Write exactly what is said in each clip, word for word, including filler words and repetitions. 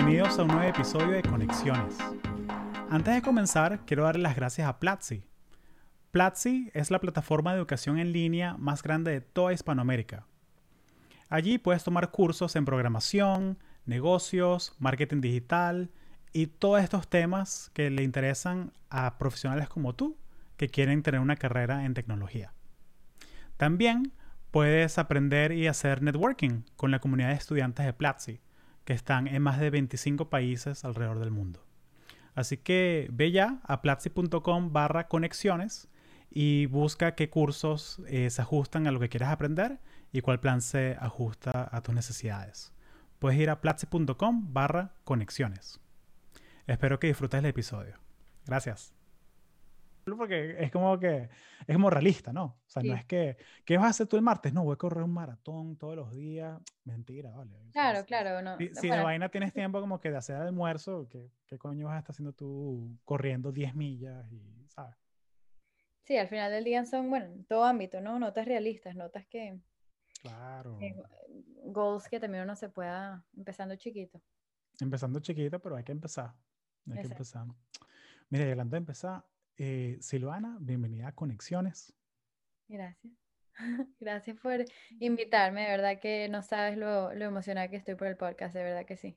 Bienvenidos a un nuevo episodio de Conexiones. Antes de comenzar, quiero darle las gracias a Platzi. Platzi es la plataforma de educación en línea más grande de toda Hispanoamérica. Allí puedes tomar cursos en programación, negocios, marketing digital y todos estos temas que le interesan a profesionales como tú que quieren tener una carrera en tecnología. También puedes aprender y hacer networking con la comunidad de estudiantes de Platzi, que están en más de veinticinco países alrededor del mundo. Así que ve ya a platzi.com barra conexiones y busca qué cursos eh, se ajustan a lo que quieres aprender y cuál plan se ajusta a tus necesidades. Puedes ir a platzi.com barra conexiones. Espero que disfrutes el episodio. Gracias. Porque es como que es como realista, ¿no? O sea, no Sí, es que ¿qué vas a hacer tú el martes? No, voy a correr un maratón todos los días. Mentira, vale. O sea, claro, si, claro, no, si- si de bueno, vaina tienes tiempo como que de hacer almuerzo, ¿qué, qué coño vas a estar haciendo tú corriendo diez millas y, ¿sabes? sí, al final del día son, bueno, en todo ámbito, ¿no? Notas realistas, notas que, Claro. que- goals que también uno se pueda empezando chiquito. Empezando chiquito, pero hay que empezar. Hay que Exacto. empezar. Mira, y hablando de empezar, eh, Silvana, bienvenida a Conexiones. Gracias. Gracias por invitarme, de verdad que no sabes lo, lo emocionada que estoy por el podcast, de verdad que sí.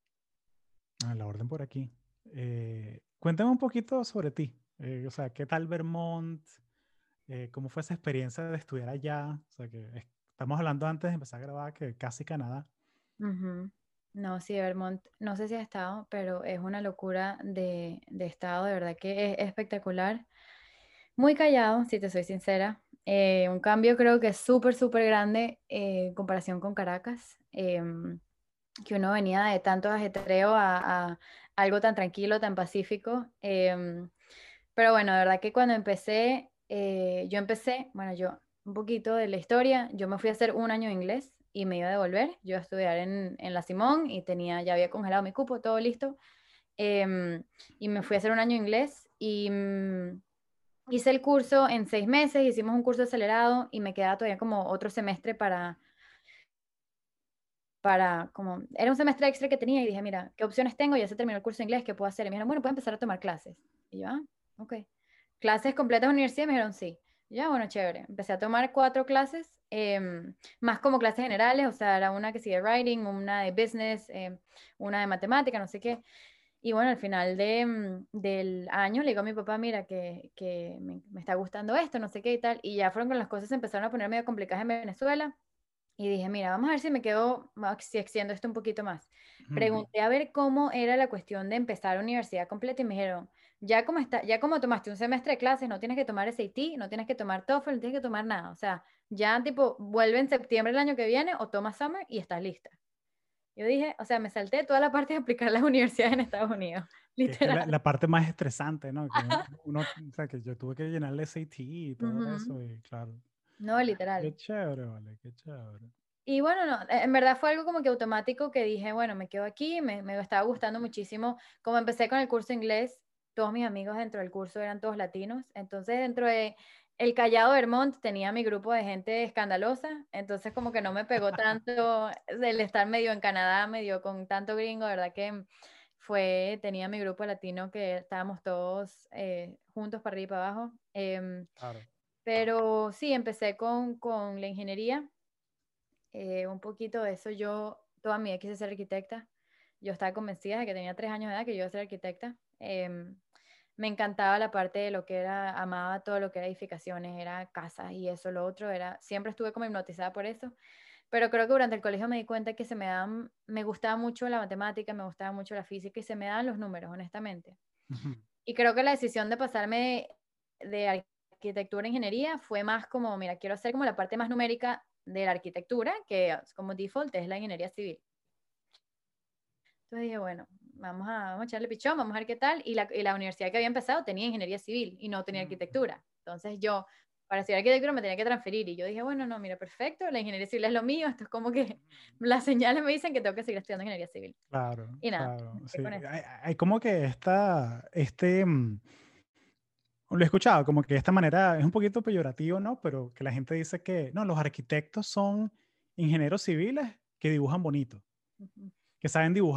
A la orden por aquí. Eh, cuéntame un poquito sobre ti. Eh, o sea, ¿qué tal Vermont? Eh, ¿cómo fue esa experiencia de estudiar allá? O sea, que es- estamos hablando antes de empezar a grabar que casi Canadá. Ujú. No, sí, Vermont, no sé si has estado, pero es una locura de, de estado, de verdad que es espectacular. Muy callado, si te soy sincera. Eh, un cambio creo que es súper, súper grande eh, en comparación con Caracas, em, que uno venía de tanto ajetreo a, a algo tan tranquilo, tan pacífico. Em, pero bueno, de verdad que cuando empecé, eh, yo empecé, bueno, yo un poquito de la historia, yo me fui a hacer un año de inglés y me iba a devolver. Yo iba a estudiar en, en la Simón y tenía, ya había congelado mi cupo, todo listo. Em, y me fui a hacer un año de inglés y... mm, hice el curso en seis meses, hicimos un curso acelerado y me quedaba todavía como otro semestre para, para, como, era un semestre extra que tenía y dije, mira, ¿qué opciones tengo? Ya se terminó el curso de inglés, ¿qué puedo hacer? Y me dijeron, bueno, puedes empezar a tomar clases. Y yo, ah, ok. ¿Clases completas de universidad? Me dijeron, sí. Y ya, bueno, chévere. Empecé a tomar cuatro clases, em, más como clases generales, o sea, era una que sigue writing, una de business, em, una de matemática, no sé qué. Y bueno, al final de, mm, del año le digo a mi papá, mira, que, que me, me está gustando esto, no sé qué y tal. Y ya fueron con las cosas, se empezaron a poner medio complicadas en Venezuela. Y dije, mira, vamos a ver si me quedo, ma- si extiendo esto un poquito más. Ujú. Pregunté a ver cómo era la cuestión de empezar la universidad completa y me dijeron, ya como está, ya como tomaste un semestre de clases, no tienes que tomar S A T, no tienes que tomar TOEFL, no tienes que tomar nada. O sea, ya tipo, vuelve en septiembre del año que viene o toma summer y estás lista. Yo dije, o sea, me salté toda la parte de aplicar a las universidades en Estados Unidos, Que es que literal. la, la parte más estresante, ¿no? Que uno, uno- o sea, que yo tuve que llenar el S A T y todo Ujú. eso y claro. No, Qué literal. chévere, vale, qué chévere. Y bueno, no, e- en verdad fue algo como que automático que dije, bueno, me quedo aquí, me, me estaba gustando muchísimo. Como empecé con el curso de inglés, todos mis amigos dentro del curso eran todos latinos. Entonces, dentro de el Callao Vermont tenía mi grupo de gente escandalosa. Entonces, como que no me pegó tanto el estar medio en Canadá, medio con tanto gringo, ¿verdad? Que fue, tenía mi grupo latino que estábamos todos eh, juntos para arriba y para abajo. Em, Claro. pero sí, empecé con, con la ingeniería, eh, un poquito de eso. Yo toda mi vida quise ser arquitecta. Yo estaba convencida de que tenía tres años de edad que yo iba a ser arquitecta. Em, me encantaba la parte de lo que era, amaba todo lo que era edificaciones, era casas y eso, lo otro era, siempre estuve como hipnotizada por eso. Pero creo que durante el colegio me di cuenta que se me dan, me gustaba mucho la matemática, me gustaba mucho la física y se me dan los números, honestamente. Ujú. Y creo que la decisión de pasarme de, de arquitectura a ingeniería fue más como, mira, quiero hacer como la parte más numérica de la arquitectura, que como default es la ingeniería civil. Entonces dije, bueno, vamos a, vamos a echarle pichón, vamos a ver qué tal. Y la, y la universidad que había empezado tenía ingeniería civil y no tenía Mm. arquitectura. Entonces yo, para estudiar arquitectura me tenía que transferir. Y yo dije, bueno, no, mira, perfecto, la ingeniería civil es lo mío. Esto es como que las señales me dicen que tengo que seguir estudiando ingeniería civil. Claé Y nada, claro, me sí. quedé con eso. Hay, hay como que esta, este, mm, lo he escuchado, como que de esta manera es un poquito peyorativo, ¿no? Pero que la gente dice que, no, los arquitectos son ingenieros civiles que dibujan bonito, Ujú. que saben dibujar.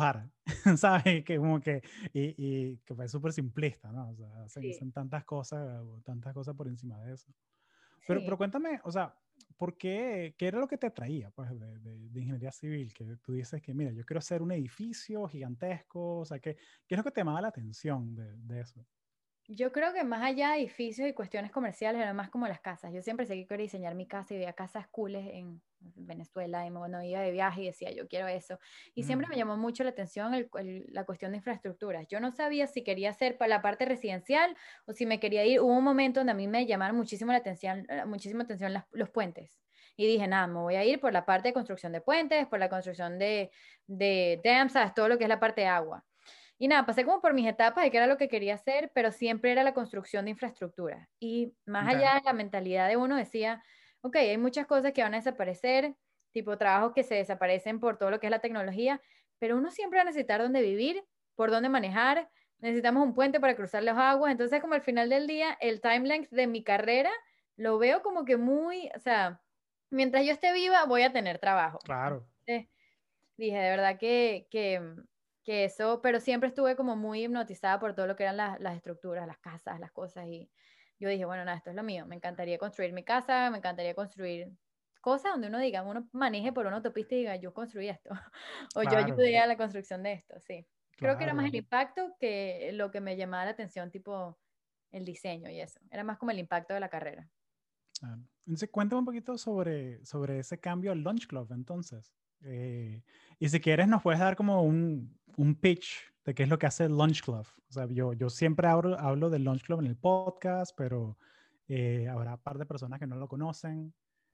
¿sabes? Que como que, y, y que fue súper simplista, ¿no? O sea, hacen, Sí, hacen tantas cosas, tantas cosas por encima de eso. Pero, sí. pero cuéntame, o sea, ¿por qué, qué era lo que te atraía, pues, de, de- de ingeniería civil? Que tú dices que, mira, yo quiero hacer un edificio gigantesco, o sea, ¿qué, qué es lo que te llamaba la atención de, de eso? Yo creo que más allá de edificios y cuestiones comerciales, era más como las casas. Yo siempre sé que quería diseñar mi casa y veía casas cooles en Venezuela y cuando iba de viaje y decía, yo quiero eso. Y siempre Mm, me llamó mucho la atención el- el- la cuestión de infraestructuras. Yo no sabía si quería hacer para la parte residencial o si me quería ir. Hubo un momento donde a mí me llamaron muchísimo la atención, eh, muchísima atención las- los puentes. Y dije, nada, me voy a ir por la parte de construcción de puentes, por la construcción de, de dams, ¿sabes? Todo lo que es la parte de agua. Y nada, pasé como por mis etapas de qué era lo que quería hacer, pero siempre era la construcción de infraestructura. Y más ok, allá de la mentalidad de uno decía, ok, hay muchas cosas que van a desaparecer, tipo trabajos que se desaparecen por todo lo que es la tecnología, pero uno siempre va a necesitar dónde vivir, por dónde manejar, necesitamos un puente para cruzar las aguas. Entonces, como al final del día, el time length de mi carrera lo veo como que muy, o sea, mientras yo esté viva, voy a tener trabajo. claro. Entonces, dije, de verdad que, que, que eso, pero siempre estuve como muy hipnotizada por todo lo que eran las, las estructuras, las casas, las cosas, y yo dije, bueno, nada, esto es lo mío, me encantaría construir mi casa, me encantaría construir cosas donde uno diga, uno maneje por una autopista y diga, yo construí esto, o yo Claro, ayudé a la construcción de esto, sí. Creo que era más claro. el impacto que lo que me llamaba la atención, tipo el diseño y eso, era más como el impacto de la carrera. Ah, entonces, cuéntame un poquito sobre, sobre ese cambio al Lunch Club, entonces. Eh, y si quieres, nos puedes dar como un, un pitch de qué es lo que hace el Lunch Club. O sea, yo, yo siempre hablo, hablo del Lunch Club en el podcast, pero eh, habrá un par de personas que no lo conocen.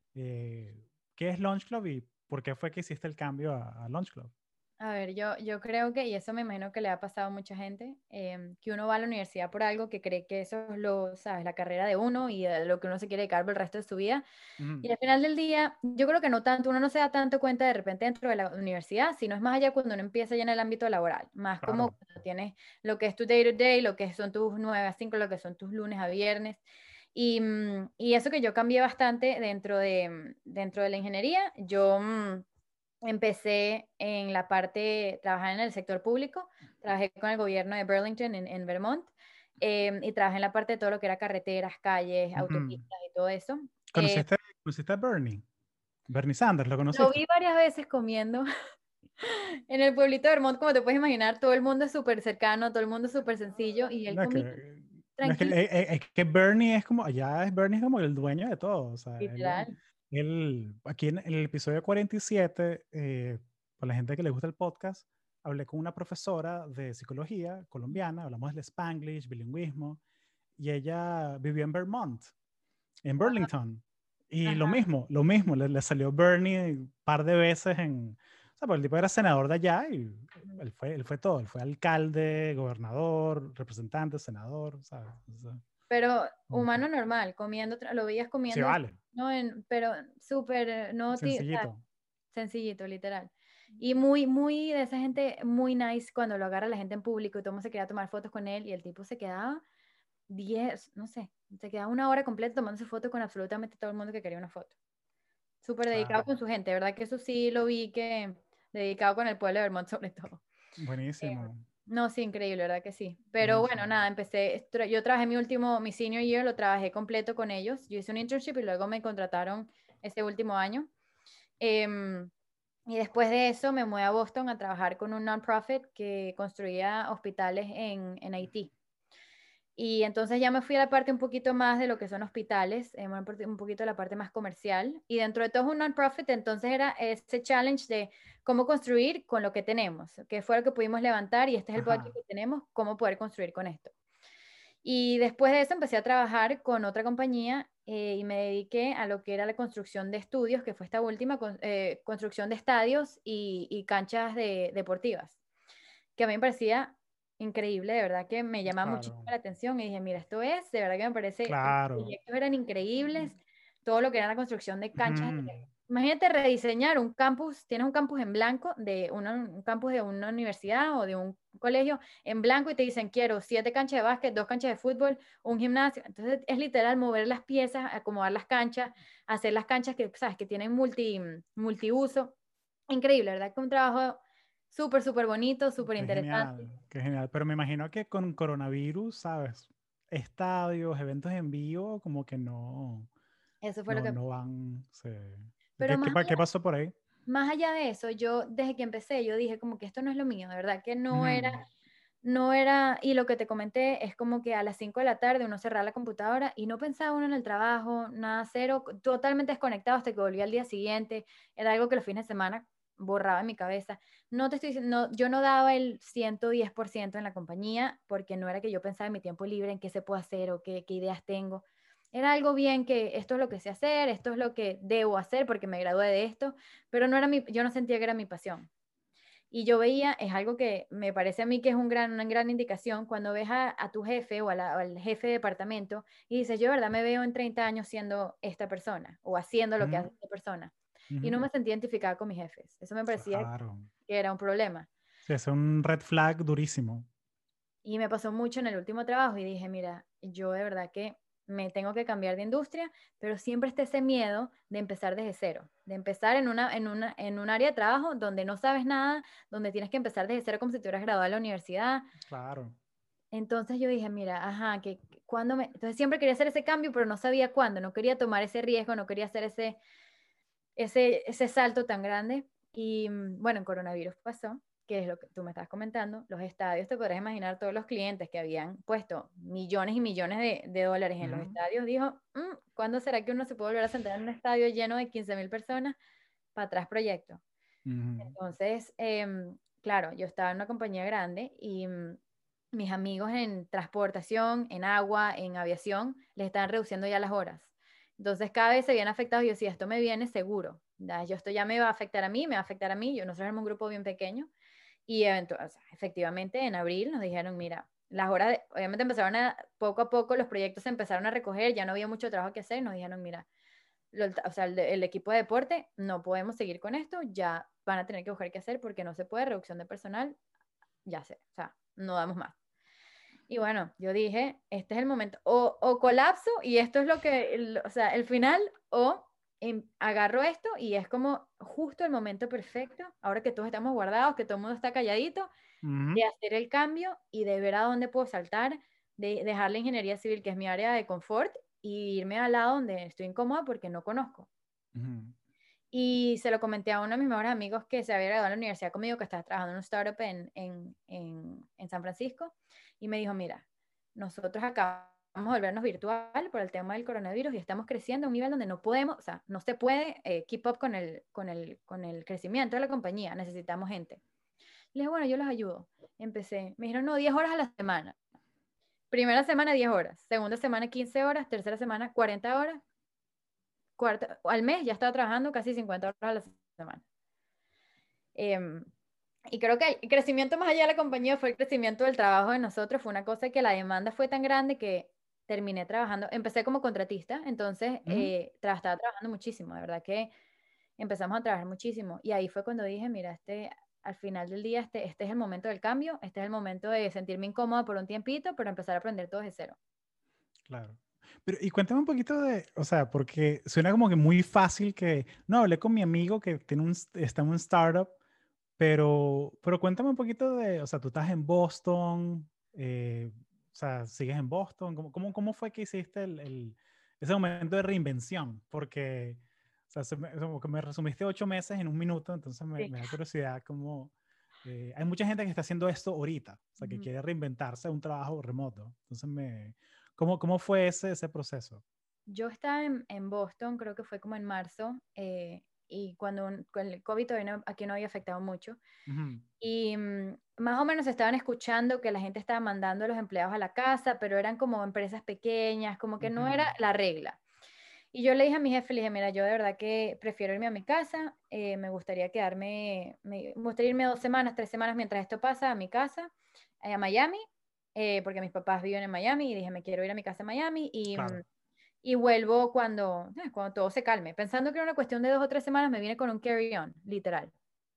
Eh, ¿qué es Lunch Club y por qué fue que hiciste el cambio a, a Lunch Club? A ver, yo, yo creo que, y eso me imagino que le ha pasado a mucha gente, em, que uno va a la universidad por algo que cree que eso es lo, sabes, la carrera de uno y de lo que uno se quiere dedicar por el resto de su vida. Ujú, Y al final del día, yo creo que no tanto, uno no se da tanto cuenta de repente dentro de la universidad, sino es más allá cuando uno empieza ya en el ámbito laboral, más como claro. cuando tienes lo que es tu day to day, lo que son tus nueve a cinco, lo que son tus lunes a viernes. Y, mm, y eso que yo cambié bastante dentro de, mm, dentro de la ingeniería, yo... mm, empecé en la parte, trabajar en el sector público, trabajé con el gobierno de Burlington en, en Vermont, eh, y trabajé en la parte de todo lo que era carreteras, calles, Ujú. autopistas y todo eso. Eh, ¿Conociste, conociste a Bernie? Bernie Sanders, ¿lo lo conociste? vi varias veces comiendo en el pueblito de Vermont, como te puedes imaginar, todo el mundo es súper cercano, todo el mundo es súper sencillo, y él No, es que, comía no, es que, tranquilo, eh, eh, es que Bernie es como, allá es Bernie es como el dueño de todo. O sea, él, literal. él- aquí en el episodio cuarenta y siete, eh, para la gente que le gusta el podcast, hablé con una profesora de psicología colombiana, hablamos del Spanglish, bilingüismo, y ella vivió en Vermont, en Wow. Burlington. Y lo Ajá. mismo, lo mismo, le, le salió Bernie un par de veces en... O sea, porque el tipo era senador de allá y Ujú. él fue, él fue todo. Él fue alcalde, gobernador, representante, senador, ¿sabes? O sea, Pero como que- humano normal, comiendo, tra- lo veías sí, comiendo, vale. no en, pero súper, eh, no, ti- o sea, Sencillito. sencillito, literal. Y muy, muy de esa gente, muy nice cuando lo agarra la gente en público y todo el mundo se quería tomar fotos con él y el tipo se quedaba diez, no sé, se quedaba una hora completa tomándose fotos con absolutamente todo el mundo que quería una foto. Súper dedicado Claro. con su gente, ¿verdad? Que eso sí lo vi que dedicado con el pueblo de Vermont sobre todo. Eh, Buenísimo. no, sí, increíble, ¿verdad que sí? Pero bueno, Buenísimo. nada, empecé, tra- yo trabajé mi último, mi senior year, lo trabajé completo con ellos. Yo hice un internship y luego me contrataron ese último año. Em, y después de eso me mudé a Boston a trabajar con un non-profit que construía hospitales en, en Haití. Y entonces ya me fui a la parte un poquito más de lo que son hospitales, eh, una parte- un poquito de la parte más comercial. Y dentro de todo es un non-profit, entonces era ese challenge de cómo construir con lo que tenemos, que fue lo que pudimos levantar y este es el budget Ajá. que tenemos, cómo poder construir con esto. Y después de eso empecé a trabajar con otra compañía eh, y me dediqué a lo que era la construcción de estudios, que fue esta última, con- eh, construcción de estadios y, y canchas de, deportivas, que a mí me parecía increíble, de verdad que me llamaba muchísimo Claro. la atención y dije, mira, esto es, de verdad que me parece, los Claro. proyectos eran increíbles, todo lo que era la construcción de canchas. Ujú. Imagínate rediseñar un campus, tienes un campus en blanco de una, un campus de una universidad o de un colegio en blanco y te dicen, quiero siete canchas de básquet, dos canchas de fútbol, un gimnasio. Entonces es literal mover las piezas, acomodar las canchas, hacer las canchas que, sabes, que tienen multi, multiuso. Increíble, ¿verdad? Que un trabajo súper, súper bonito, súper Qué interesante. genial, qué genial. Pero me imagino que con coronavirus, ¿sabes? Estadios, eventos en vivo, como que no, Eso fue lo no, que... no van. Sí. Pero ¿Qué, qué, más pa- qué pasó por ahí? Más allá de eso, yo desde que empecé, yo dije como que esto no es lo mío, de verdad que no era, Ujú. no era, y lo que te comenté es como que a las cinco de la tarde uno cerraba la computadora y no pensaba uno en el trabajo, nada, cero, totalmente desconectado hasta que volvía al día siguiente, era algo que los fines de semana borraba en mi cabeza. No te estoy diciendo, no, yo no daba el ciento diez por ciento en la compañía porque no era que yo pensaba en mi tiempo libre, en qué se puede hacer o qué, qué ideas tengo. Era algo bien que esto es lo que sé hacer, esto es lo que debo hacer porque me gradué de esto, pero no era mi, yo no sentía que era mi pasión. Y yo veía, es algo que me parece a mí que es un gran, una gran indicación, cuando ves a, a tu jefe o, a la, o al jefe de departamento y dices, yo de verdad me veo en treinta años siendo esta persona o haciendo lo que hace Ujú, esta persona. Y ujú. no me sentía identificada con mis jefes. Eso me parecía Claro. que era un problema. Sí, es un red flag durísimo. Y me pasó mucho en el último trabajo y dije, mira, yo de verdad que me tengo que cambiar de industria, pero siempre está ese miedo de empezar desde cero, de empezar en, una, en, una, en un área de trabajo donde no sabes nada, donde tienes que empezar desde cero como si te hubieras graduado de la universidad. Claro. Entonces yo dije, mira, ajá, que cuando me... Entonces siempre quería hacer ese cambio, pero no sabía cuándo, no quería tomar ese riesgo, no quería hacer ese, ese, ese salto tan grande. Y mm, bueno, en coronavirus pasó, que es lo que tú me estás comentando, los estadios, te podrás imaginar todos los clientes que habían puesto millones y millones de, de dólares en los Ujú, estadios, dijo, "Mm, ¿cuándo será que uno se puede volver a sentar en un estadio lleno de quince mil personas? Para atrás proyecto". ujú, Entonces, em, claro, yo estaba en una compañía grande y mm, mis amigos en transportación, en agua, en aviación, les estaban reduciendo ya las horas. Entonces, cada vez se habían afectados y yo decía, esto me viene seguro. Ya, yo esto ya me va a afectar a mí, me va a afectar a mí. Yo, nosotros éramos un grupo bien pequeño y eventu- o sea, efectivamente en abril nos dijeron, mira, las horas, de- obviamente empezaron a, poco a poco los proyectos se empezaron a recoger, ya no había mucho trabajo que hacer, nos dijeron, mira, lo- o sea, el, de- el equipo de deporte, no podemos seguir con esto, ya van a tener que buscar qué hacer porque no se puede, reducción de personal, ya sé, o sea, no damos más. Y bueno, yo dije, este es el momento, o, o colapso y esto es lo que, el- o sea, el final, o em, agarro esto y es como justo el momento perfecto, ahora que todos estamos guardados, que todo el mundo está calladito, ujú, de hacer el cambio y de ver a dónde puedo saltar, de dejar la ingeniería civil, que es mi área de confort, y irme al lado donde estoy incómoda porque no conozco. ujú. Y se lo comenté a uno de mis mejores amigos que se había graduado en la universidad conmigo, que estaba trabajando en un startup en, en, en, en San Francisco, y me dijo, mira, nosotros acabamos de volvernos virtual por el tema del coronavirus y estamos creciendo a un nivel donde no podemos, o sea, no se puede eh, keep up con el, con, el, con el crecimiento de la compañía, necesitamos gente. Le dije, bueno, yo los ayudo. Empecé, me dijeron, no, diez horas a la semana. Primera semana, diez horas. Segunda semana, quince horas. Tercera semana, cuarenta horas. Cuarta, al mes ya estaba trabajando casi cincuenta horas a la semana. Eh, y creo que el crecimiento más allá de la compañía fue el crecimiento del trabajo de nosotros. Fue una cosa que la demanda fue tan grande que terminé trabajando. Empecé como contratista, entonces Ujú. eh, tra estaba trabajando muchísimo. De verdad que empezamos a trabajar muchísimo. Y ahí fue cuando dije, mira, este, al final del día, este, este es el momento del cambio, este es el momento de sentirme incómoda por un tiempito, pero empezar a aprender todo de cero. Claro. Pero, y cuéntame un poquito de, o sea, porque suena como que muy fácil que, no, hablé con mi amigo que tiene un, está en un startup, pero, pero cuéntame un poquito de, o sea, tú estás en Boston, eh, o sea, sigues en Boston, ¿cómo, cómo, cómo fue que hiciste el, el- ese momento de reinvención? Porque, o sea, se me, como que me resumiste ocho meses en un minuto, entonces me, Sí. me da curiosidad cómo, eh, hay mucha gente que está haciendo esto ahorita, o sea, que Ujú. quiere reinventarse a un trabajo remoto, entonces me, ¿cómo, cómo fue ese, ese proceso? Yo estaba en, en Boston, creo que fue como en marzo, eh, y cuando un- con el COVID todavía no- aquí no había afectado mucho. Ujú, Y mm, más o menos estaban escuchando que la gente estaba mandando a los empleados a la casa, pero eran como empresas pequeñas, como que no era ujú, la regla. Y yo le dije a mi jefe, le dije, mira, yo de verdad que prefiero irme a mi casa, eh, me gustaría quedarme, me, me gustaría irme dos semanas, tres semanas mientras esto pasa a mi casa, eh, a Miami, eh, porque mis papás viven en Miami y dije, me quiero ir a mi casa a Miami y, mm, claro, y vuelvo cuando, eh, cuando todo se calme. Pensando que era una cuestión de dos o tres semanas, me vine con un carry-on, literal.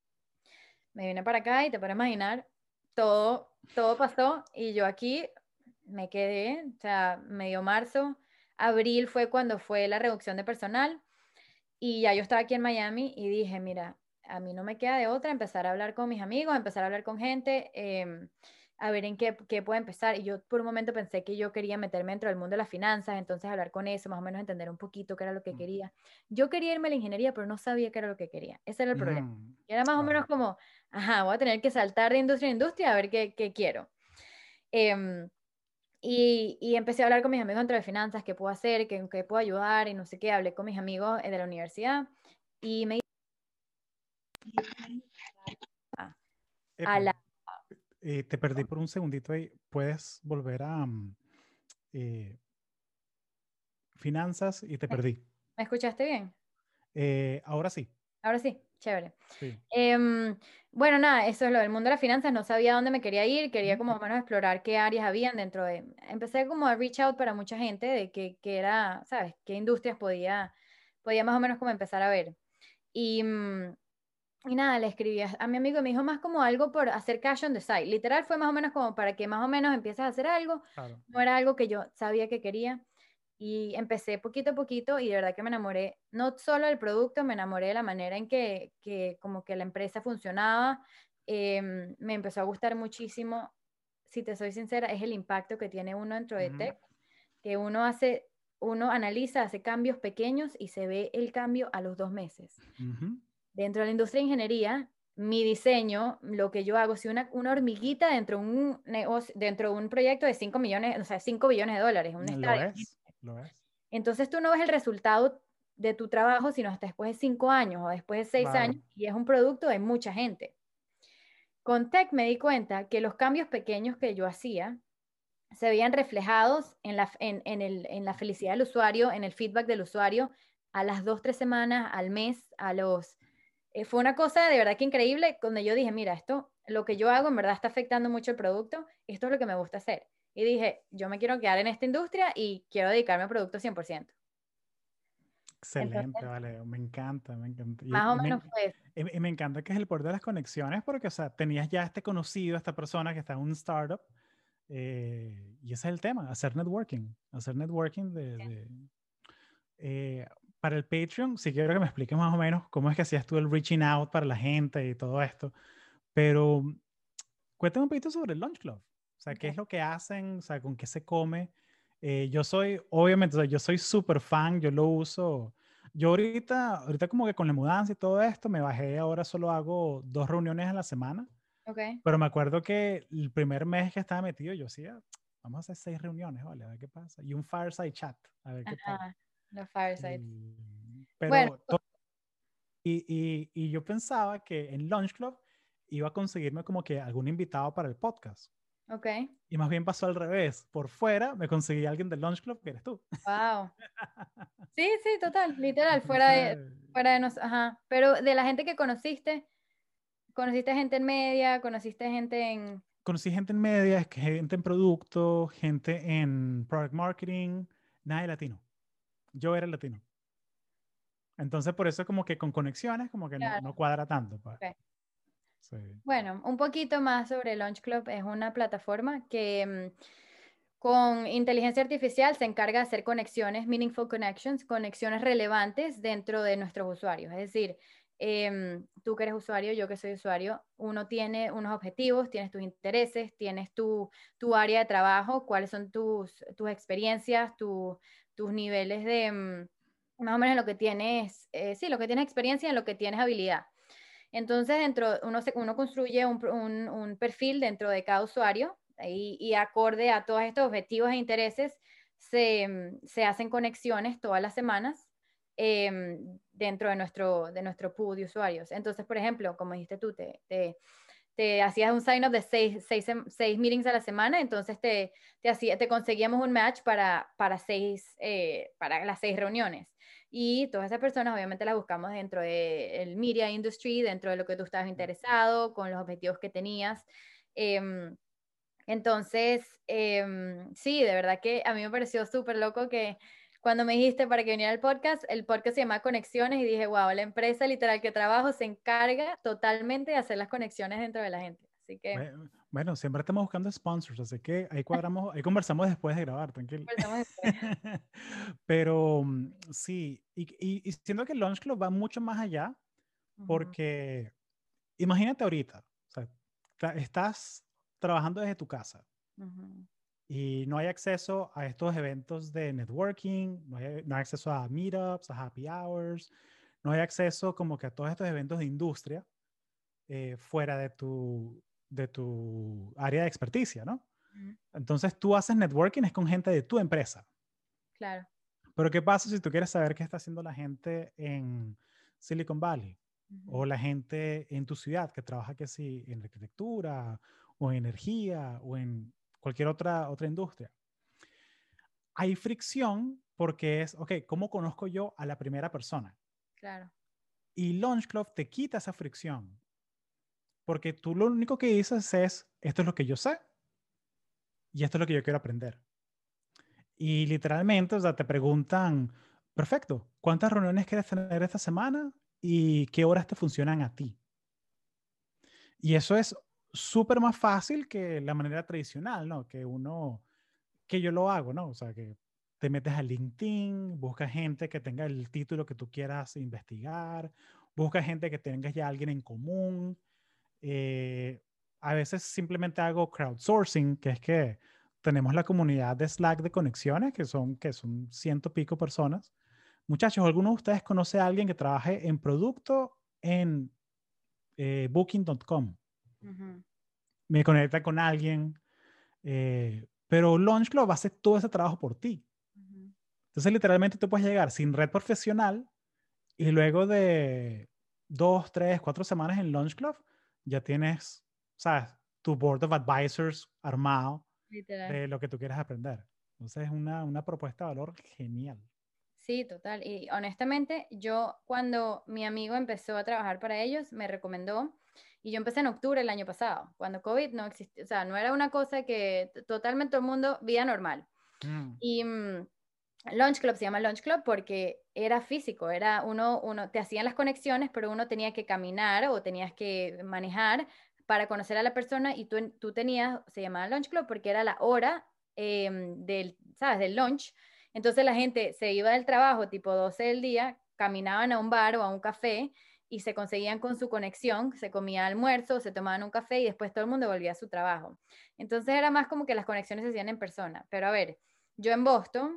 Me vine para acá y te puedes imaginar, todo, todo pasó y yo aquí me quedé, o sea, medio marzo, abril fue cuando fue la reducción de personal y ya yo estaba aquí en Miami y dije, mira, a mí no me queda de otra empezar a hablar con mis amigos, empezar a hablar con gente, em, a ver en qué, qué puedo empezar. Y yo por un momento pensé que yo quería meterme dentro del mundo de las finanzas, entonces hablar con eso, más o menos entender un poquito qué era lo que Mm. quería. Yo quería irme a la ingeniería, pero no sabía qué era lo que quería. Ese era el problema. Mm, Y era más o claro. menos como, ajá, voy a tener que saltar de industria en industria a ver qué, qué quiero. Em, y, y empecé a hablar con mis amigos dentro de finanzas, qué puedo hacer, qué, qué puedo ayudar y no sé qué. Hablé con mis amigos eh, de la universidad y me a, a Epi, la... eh, te perdí por un segundito ahí. ¿Puedes volver a mm, eh, finanzas y te perdí? ¿Me escuchaste bien? Eh, ahora sí, Ahora sí, chévere. sí. Em, bueno, nada, eso es lo del mundo de las finanzas. No sabía dónde me quería ir, quería Ujú. como más o menos explorar qué áreas habían dentro de... Empecé como a reach out para mucha gente de que, que era, ¿sabes? ¿Qué industrias podía, podía más o menos como empezar a ver? Y, mm, y nada, le escribí a, a mi amigo y me dijo más como algo por hacer cash on the side. Literal fue más o menos como para que más o menos empieces a hacer algo. Claro. No era algo que yo sabía que quería. Y empecé poquito a poquito y de verdad que me enamoré, no solo del producto, me enamoré de la manera en que, que como que la empresa funcionaba. Em, me empezó a gustar muchísimo, si te soy sincera, es el impacto que tiene uno dentro de Ujú, tech, que uno hace, uno analiza, hace cambios pequeños y se ve el cambio a los dos meses. ujú. Dentro de la industria de ingeniería, mi diseño, lo que yo hago, si una, una hormiguita dentro de un negocio, dentro de un proyecto de cinco millones, o sea, cinco billones de dólares, un Lo estadio. es, lo es. Entonces tú no ves el resultado de tu trabajo, sino hasta después de cinco años o después de seis Claro. años, y es un producto de mucha gente. Con Tech me di cuenta que los cambios pequeños que yo hacía se veían reflejados en la, en, en el, en la felicidad del usuario, en el feedback del usuario, a las dos, tres semanas, al mes, a los... eh, fue una cosa de verdad que increíble, donde yo dije, mira, esto, lo que yo hago en verdad está afectando mucho el producto, esto es lo que me gusta hacer. Y dije, yo me quiero quedar en esta industria y quiero dedicarme a producto cien por ciento. Excelente, Entonces, vale, me encanta, me encanta. Y, más o y me, menos fue eso. y- y me encanta que es el poder de las conexiones porque, o sea, tenías ya este conocido, esta persona que está en un startup, eh, y ese es el tema, hacer networking, hacer networking de, de- eh, para el Patreon, sí quiero que me expliques más o menos cómo es que hacías tú el reaching out para la gente y todo esto, pero cuéntame un poquito sobre el Lunch Club. O sea, ¿qué Okay. es lo que hacen? O sea, ¿con qué se come? Eh, yo soy, obviamente, o sea, yo soy súper fan, yo lo uso. Yo ahorita, ahorita como que con la mudanza y todo esto, me bajé, ahora solo hago dos reuniones a la semana, Okay. pero me acuerdo que el primer mes que estaba metido, yo decía, vamos a hacer seis reuniones, ¿vale? A ver qué pasa. Y un fireside chat, a ver qué tal. Ajá, los firesides. Y- Bueno, pero, to- y, y, y yo pensaba que en Lunch Club iba a conseguirme como que algún invitado para el podcast. ok. Y más bien pasó al revés. Por fuera me conseguí a alguien del Lunch Club que eres tú. Wow. Sí, sí, total, literal, fuera de, Entonces, fuera de nos, ajá. Pero de la gente que conociste, conociste gente en media, conociste gente en, conocí gente en media, gente en producto, gente en product marketing, nada de latino. Yo era el latino. Entonces, por eso como que con conexiones como que no, claro, no cuadra tanto, pues. ok. Sí. Bueno, un poquito más sobre Launch Club. Es una plataforma que mm, con inteligencia artificial se encarga de hacer conexiones, meaningful connections, conexiones relevantes dentro de nuestros usuarios. Es decir, em, tú que eres usuario, yo que soy usuario, uno tiene unos objetivos, tienes tus intereses, tienes tu, tu área de trabajo, cuáles son tus, tus experiencias, tu- tus niveles de, mm, más o menos en lo que tienes, eh, sí, lo que tienes experiencia y en lo que tienes habilidad. Entonces, dentro, uno, se, uno construye un, un, un perfil dentro de cada usuario y, y acorde a todos estos objetivos e intereses, se, mm, se hacen conexiones todas las semanas eh, dentro de nuestro, de nuestro pool de usuarios. Entonces, por ejemplo, como dijiste tú, te, te, te hacías un sign-up de seis, seis, seis, meetings a la semana, entonces te, te, hacía, te conseguíamos un match para, para, seis, eh, para las seis reuniones. Y todas esas personas obviamente las buscamos dentro del media industry, dentro de lo que tú estabas interesado, con los objetivos que tenías. Eh, entonces, eh, sí, de verdad que a mí me pareció súper loco que cuando me dijiste para que viniera el podcast, el podcast se llama Conexiones y dije, wow, la empresa literal que trabajo se encarga totalmente de hacer las conexiones dentro de la gente. Así que, Bue- Bueno, siempre estamos buscando sponsors, así que ahí cuadramos, ahí conversamos después de grabar, tranquilo. conversamos después. Pero mm, sí, y, y, y siento que el Launch Club va mucho más allá, Ujú, porque imagínate ahorita, o sea, ta- estás trabajando desde tu casa ujú, y no hay acceso a estos eventos de networking, no hay, no hay acceso a meetups, a happy hours, no hay acceso como que a todos estos eventos de industria eh, fuera de tu, de tu área de experticia, ¿no? ujú. Entonces tú haces networking es con gente de tu empresa. Claro. Pero ¿qué pasa si tú quieres saber qué está haciendo la gente en Silicon Valley Ujú, o la gente en tu ciudad que trabaja que sí en arquitectura o en energía o en cualquier otra, otra industria? Hay fricción porque es, ok, ¿cómo conozco yo a la primera persona? claro. Y Launch Club te quita esa fricción porque tú lo único que dices es, esto es lo que yo sé y esto es lo que yo quiero aprender. Y literalmente, o sea, te preguntan, perfecto, ¿cuántas reuniones quieres tener esta semana y qué horas te funcionan a ti? Y eso es súper más fácil que la manera tradicional, ¿no? Que uno, que yo lo hago, ¿no? O sea, que te metes a LinkedIn, buscas gente que tenga el título que tú quieras investigar, buscas gente que tengas ya alguien en común. eh, a veces simplemente hago crowdsourcing, que es que tenemos la comunidad de Slack de conexiones, que son, que son ciento pico personas. Muchachos, ¿alguno de ustedes conoce a alguien que trabaje en producto en eh, booking punto com? Ujú, Me conecta con alguien, eh, pero Launch Club hace todo ese trabajo por ti. ujú. Entonces, literalmente tú puedes llegar sin red profesional y luego de dos, tres, cuatro semanas en Launch Club, ya tienes, ¿sabes? Tu board of advisors armado Literal. de lo que tú quieres aprender. Entonces, es una, una propuesta de valor genial. Sí, total. Y honestamente, yo cuando mi amigo empezó a trabajar para ellos, me recomendó, y yo empecé en octubre del año pasado, cuando COVID no existía, o sea, no era una cosa que t- totalmente todo el mundo, vida normal. Mm, Y mm, Lunch Club se llama Lunch Club porque era físico, era uno, uno, te hacían las conexiones, pero uno tenía que caminar o tenías que manejar para conocer a la persona y tú, tú tenías, se llamaba Lunch Club porque era la hora em, del, ¿sabes? Del lunch. Entonces la gente se iba del trabajo tipo doce del día, caminaban a un bar o a un café y se conseguían con su conexión, se comía almuerzo, se tomaban un café y después todo el mundo volvía a su trabajo. Entonces era más como que las conexiones se hacían en persona. Pero a ver, yo en Boston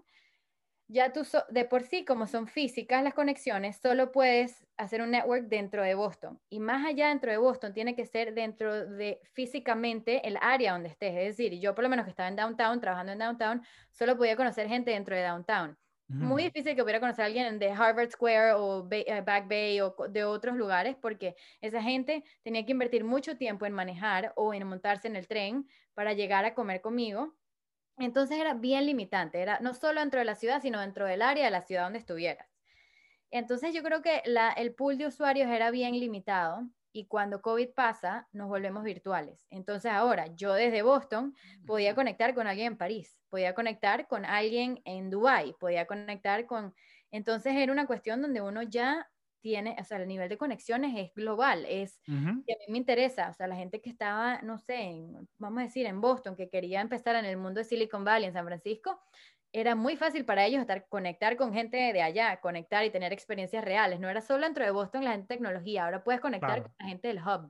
ya tú so- de por sí, como son físicas las conexiones, solo puedes hacer un network dentro de Boston. Y más allá dentro de Boston, tiene que ser dentro de físicamente el área donde estés. Es decir, yo por lo menos que estaba en downtown, trabajando en downtown, solo podía conocer gente dentro de downtown. ujú, Muy difícil que pudiera conocer a alguien de Harvard Square o Bay- eh, Back Bay o co- de otros lugares, porque esa gente tenía que invertir mucho tiempo en manejar o en montarse en el tren para llegar a comer conmigo. Entonces era bien limitante, era no solo dentro de la ciudad, sino dentro del área de la ciudad donde estuvieras. Entonces yo creo que la, el pool de usuarios era bien limitado y cuando COVID pasa nos volvemos virtuales. Entonces ahora yo desde Boston podía conectar con alguien en París, podía conectar con alguien en Dubái, podía conectar con... Entonces era una cuestión donde uno ya tiene, o sea, el nivel de conexiones es global, es ujú, que a mí me interesa, o sea, la gente que estaba, no sé, en, vamos a decir, en Boston, que quería empezar en el mundo de Silicon Valley, en San Francisco, era muy fácil para ellos estar, conectar con gente de allá, conectar y tener experiencias reales. No era solo dentro de Boston la gente de tecnología, ahora puedes conectar con claro, la gente del hub.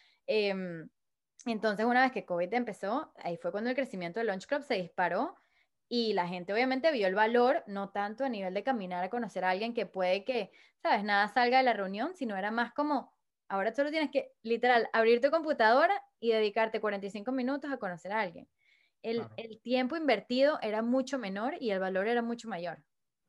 Eh, entonces, una vez que COVID empezó, ahí fue cuando el crecimiento del Launch Club se disparó y la gente obviamente vio el valor, no tanto a nivel de caminar a conocer a alguien que puede que, sabes, nada salga de la reunión, sino era más como, ahora solo tienes que, literal, abrir tu computadora y dedicarte cuarenta y cinco minutos a conocer a alguien. El, claro, el tiempo invertido era mucho menor y el valor era mucho mayor.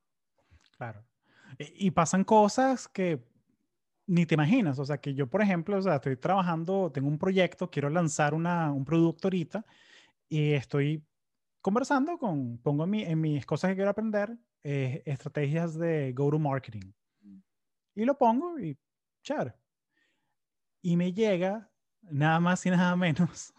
claro. Y, y pasan cosas que ni te imaginas. O sea, que yo, por ejemplo, o sea, estoy trabajando, tengo un proyecto, quiero lanzar una, un producto ahorita y estoy conversando con, pongo en, mi- en mis cosas que quiero aprender, eh, estrategias de go-to-marketing. Y lo pongo y, chévere. Y me llega nada más y nada menos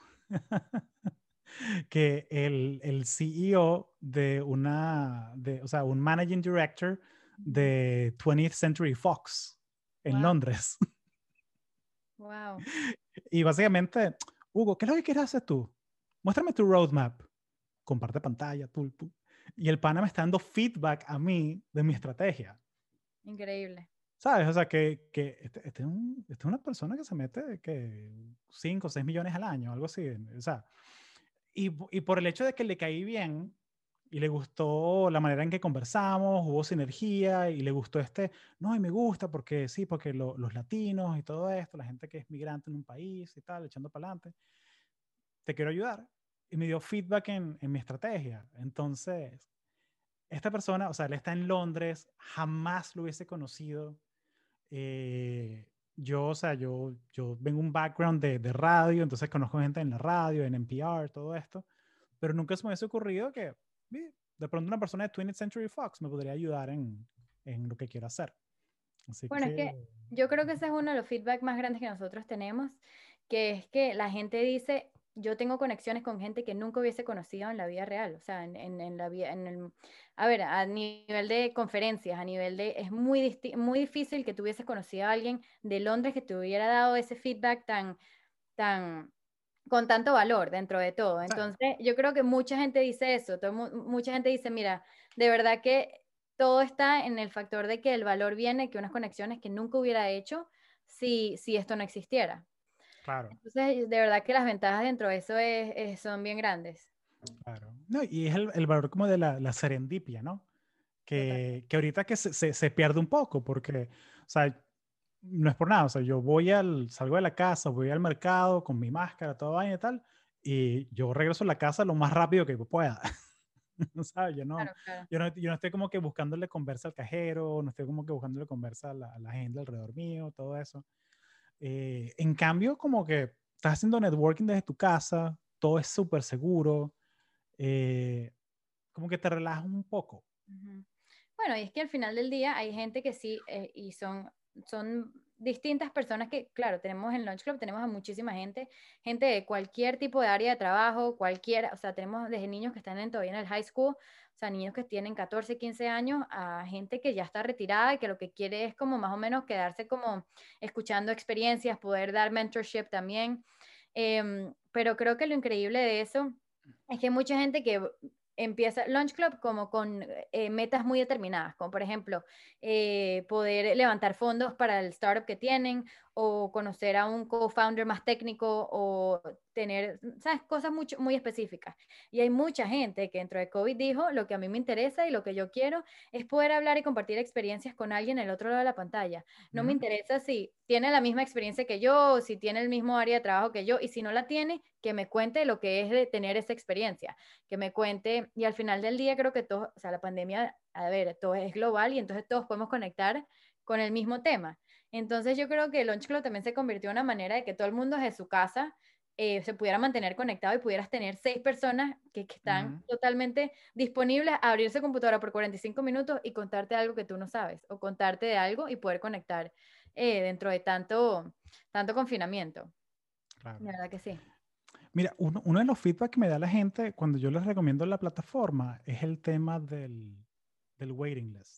que el, el C E O de una, de, o sea, un managing director de twentieth Century Fox en Wow, Londres. wow. Y básicamente, Hugo, ¿qué es lo que quieres hacer tú? Muéstrame tu roadmap. Comparte pantalla, tú, tú. Y el pana me está dando feedback a mí de mi estrategia. Increíble. ¿sabes? O sea, que, que este, este es un- este es una persona que se mete que cinco o seis millones al año, algo así. O sea, y, po- y por el hecho de que le caí bien y le gustó la manera en que conversamos, hubo sinergia y le gustó este, no, y me gusta porque sí, porque lo- los latinos y todo esto, la gente que es migrante en un país y tal, echando para adelante, te quiero ayudar. Y me dio feedback en, en mi estrategia. Entonces, esta persona, o sea, él está en Londres, jamás lo hubiese conocido. Eh, yo, o sea, yo, yo vengo un background de, de radio, entonces conozco gente en la radio, en N P R, todo esto, pero nunca se me hubiese ocurrido que vi, de pronto una persona de twentieth Century Fox me podría ayudar en, en lo que quiero hacer. Así Bueno, es que, que yo creo que ese es uno de los feedback más grandes que nosotros tenemos, que es que la gente dice, yo tengo conexiones con gente que nunca hubiese conocido en la vida real, o sea, en, en, en la vida, en el, a ver, a nivel de conferencias, a nivel de, es muy, disti- muy difícil que tú hubieses conocido a alguien de Londres que te hubiera dado ese feedback tan, tan, con tanto valor dentro de todo. sí, Entonces, yo creo que mucha gente dice eso, todo mu- mucha gente dice, mira, de verdad que todo está en el factor de que el valor viene, que unas conexiones que nunca hubiera hecho si, si esto no existiera. claro, Entonces, de verdad que las ventajas dentro de eso es, es- son bien grandes. claro. No, y es el, el valor como de la, la serendipia, ¿no? Total. Que, que ahorita que se, se, se pierde un poco, porque, o sea, no es por nada, o sea, yo voy al, salgo de la casa, voy al mercado con mi máscara, toda vaina y tal, y yo regreso a la casa lo más rápido que pueda. ¿Sabes? Yo no, Claro, claro. yo no, yo no estoy como que buscándole conversa al cajero, no estoy como que buscándole conversa a la, a la gente alrededor mío, todo eso. Eh, en cambio, como que estás haciendo networking desde tu casa, todo es súper seguro, eh, como que te relajas un poco. Ujú. Bueno, y es que al final del día hay gente que sí, eh, y son, son distintas personas que, claro, tenemos en Lunch Club, tenemos a muchísima gente, gente de cualquier tipo de área de trabajo, cualquiera, o sea, tenemos desde niños que están en, todavía en el high school, o sea, niños que tienen catorce quince años, a gente que ya está retirada y que lo que quiere es como más o menos quedarse como escuchando experiencias, poder dar mentorship también. Em, pero creo que lo increíble de eso es que hay mucha gente que empieza Lunch Club como con eh, metas muy determinadas, como por ejemplo eh, poder levantar fondos para el startup que tienen o conocer a un co-founder más técnico o tener, ¿sabes? Cosas mucho, muy específicas. Y hay mucha gente que dentro de COVID dijo, lo que a mí me interesa y lo que yo quiero es poder hablar y compartir experiencias con alguien en el otro lado de la pantalla. No me Ujú. interesa si tiene la misma experiencia que yo, si tiene el mismo área de trabajo que yo, y si no la tiene, que me cuente lo que es de tener esa experiencia, que me cuente, y al final del día creo que todo, o sea, la pandemia, a ver, todo es global y entonces todos podemos conectar con el mismo tema. Entonces yo creo que el Lunch Club también se convirtió en una manera de que todo el mundo desde su casa eh, se pudiera mantener conectado y pudieras tener seis personas que, que están Ujú. totalmente disponibles a abrirse computadora por cuarenta y cinco minutos y contarte algo que tú no sabes o contarte de algo y poder conectar eh, dentro de tanto, tanto confinamiento. Claro. De verdad que sí. Mira, uno, uno de los feedback que me da la gente cuando yo les recomiendo la plataforma es el tema del, del waiting list.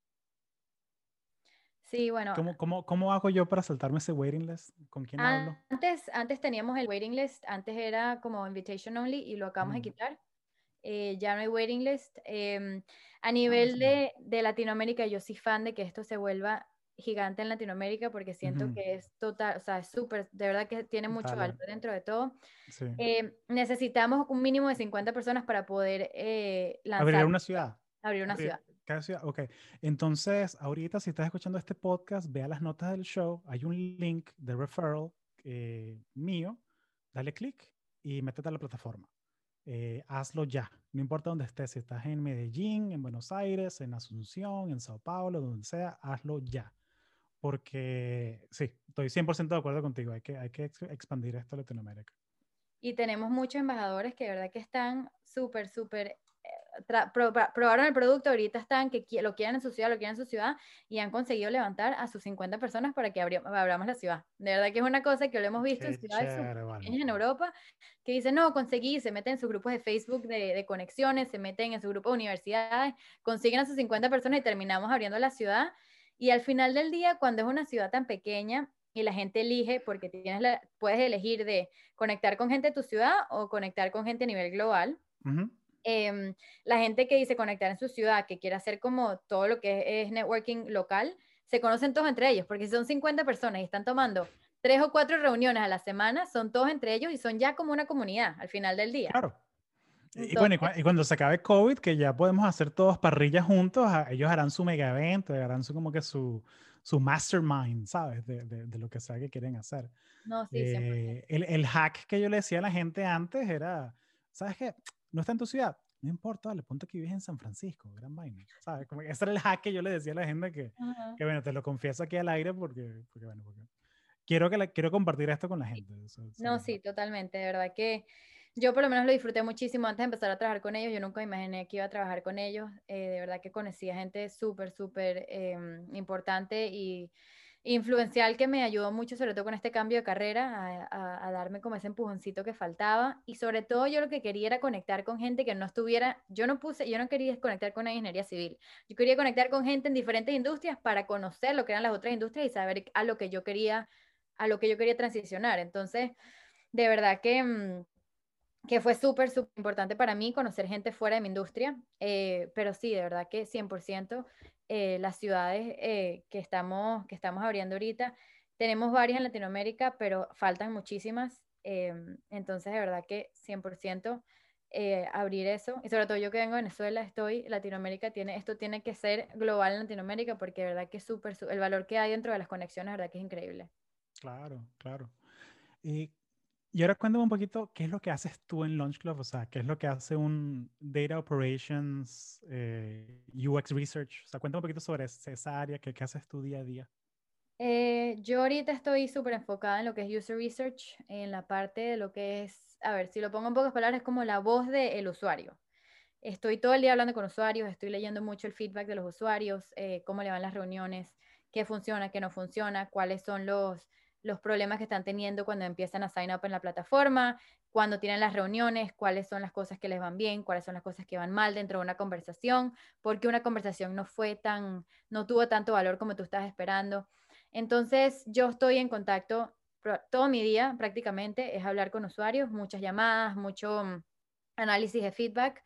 Sí, bueno, ¿Cómo, cómo, cómo hago yo para saltarme ese waiting list? ¿Con quién hablo? antes, antes teníamos el waiting list, antes era como invitation only y lo acabamos de Mm. quitar. Eh, ya no hay waiting list. Em, a Ah, nivel eso no. de, de Latinoamérica, yo soy fan de que esto se vuelva gigante en Latinoamérica porque siento Ujú. que es total, o sea, es súper, de verdad que tiene mucho valor Dale. dentro de todo. Sí. Eh, necesitamos un mínimo de cincuenta personas para poder eh, Abrir lanzar, una ciudad. abrir una ciudad. Abrir cada ciudad. Ok. Entonces, ahorita, si estás escuchando este podcast, ve a las notas del show. Hay un link de referral eh, mío. Dale clic y métete a la plataforma. Eh, hazlo ya. No importa dónde estés. Si estás en Medellín, en Buenos Aires, en Asunción, en Sao Paulo, donde sea, hazlo ya. Porque sí, estoy cien por ciento de acuerdo contigo. Hay que, hay que ex- expandir esto a Latinoamérica. Y tenemos muchos embajadores que de verdad que están súper, súper, eh, tra- pro- pra- probaron el producto, ahorita están que qui- lo quieren en su ciudad, lo quieren en su ciudad y han conseguido levantar a sus cincuenta personas para que abri- abramos la ciudad. De verdad que es una cosa que lo hemos visto en Qué ciudades súper chévere, vale. pequeñas en Europa, que dicen, no, conseguí, se meten en sus grupos de Facebook de, de conexiones, se meten en su grupo de universidades, consiguen a sus cincuenta personas y terminamos abriendo la ciudad. Y al final del día, cuando es una ciudad tan pequeña y la gente elige, porque tienes la, puedes elegir de conectar con gente de tu ciudad o conectar con gente a nivel global. Ujú. Eh, la gente que dice conectar en su ciudad, que quiere hacer como todo lo que es, es networking local, se conocen todos entre ellos, porque si son cincuenta personas y están tomando tres o cuatro reuniones a la semana, son todos entre ellos y son ya como una comunidad al final del día. Claro. Y bueno, y, Entonces, cua- y cuando se acabe COVID, que ya podemos hacer todos parrillas juntos, a- ellos harán su mega evento, harán su como que su, su mastermind, ¿sabes? De, de, de lo que sea que quieren hacer. no, sí, cien por ciento. Eh, el, el hack que yo le decía a la gente antes era, ¿sabes qué? No está en tu ciudad. No importa, le ponte que vives en San Francisco, gran vaina, ¿sabes? Como que ese era el hack que yo le decía a la gente que, Ajá. que bueno, te lo confieso aquí al aire porque, porque bueno, porque quiero, que la- quiero compartir esto con la gente. Eso, eso No, sí, totalmente. De verdad que yo por lo menos lo disfruté muchísimo antes de empezar a trabajar con ellos. Yo nunca me imaginé que iba a trabajar con ellos. Eh, de verdad que conocí a gente súper, súper em, importante y influencial que me ayudó mucho, sobre todo con este cambio de carrera, a, a- a darme como ese empujoncito que faltaba. Y sobre todo yo lo que quería era conectar con gente que no estuviera, yo no puse, yo no quería conectar con una ingeniería civil. Yo quería conectar con gente en diferentes industrias para conocer lo que eran las otras industrias y saber a lo que yo quería, a lo que yo quería transicionar. Entonces, de verdad que, mm, que fue súper, súper importante para mí conocer gente fuera de mi industria, eh, pero sí, de verdad que cien por ciento eh, las ciudades eh, que, estamos, que estamos abriendo ahorita, tenemos varias en Latinoamérica, pero faltan muchísimas, eh, entonces de verdad que cien por ciento eh, abrir eso, y sobre todo yo que vengo de Venezuela, estoy, Latinoamérica tiene, esto tiene que ser global en Latinoamérica, porque de verdad que es súper, su- el valor que hay dentro de las conexiones, de verdad que es increíble. claro, claro. Y, y ahora cuéntame un poquito, ¿qué es lo que haces tú en Launch Club? O sea, ¿qué es lo que hace un Data Operations eh, U X Research? O sea, cuéntame un poquito sobre es- esa área, ¿qué, qué haces tú día a día? Eh, yo ahorita estoy súper enfocada en lo que es user research, en la parte de lo que es, a ver, si lo pongo en pocas palabras, es como la voz del usuario. Estoy todo el día hablando con usuarios, estoy leyendo mucho el feedback de los usuarios, eh, cómo le van las reuniones, qué funciona, qué no funciona, cuáles son los, los problemas que están teniendo cuando empiezan a sign up en la plataforma, cuando tienen las reuniones, cuáles son las cosas que les van bien, cuáles son las cosas que van mal dentro de una conversación, porque una conversación no fue tan, no tuvo tanto valor como tú estabas esperando. Entonces, yo estoy en contacto pro- todo mi día prácticamente, es hablar con usuarios, muchas llamadas, mucho mm, análisis de feedback,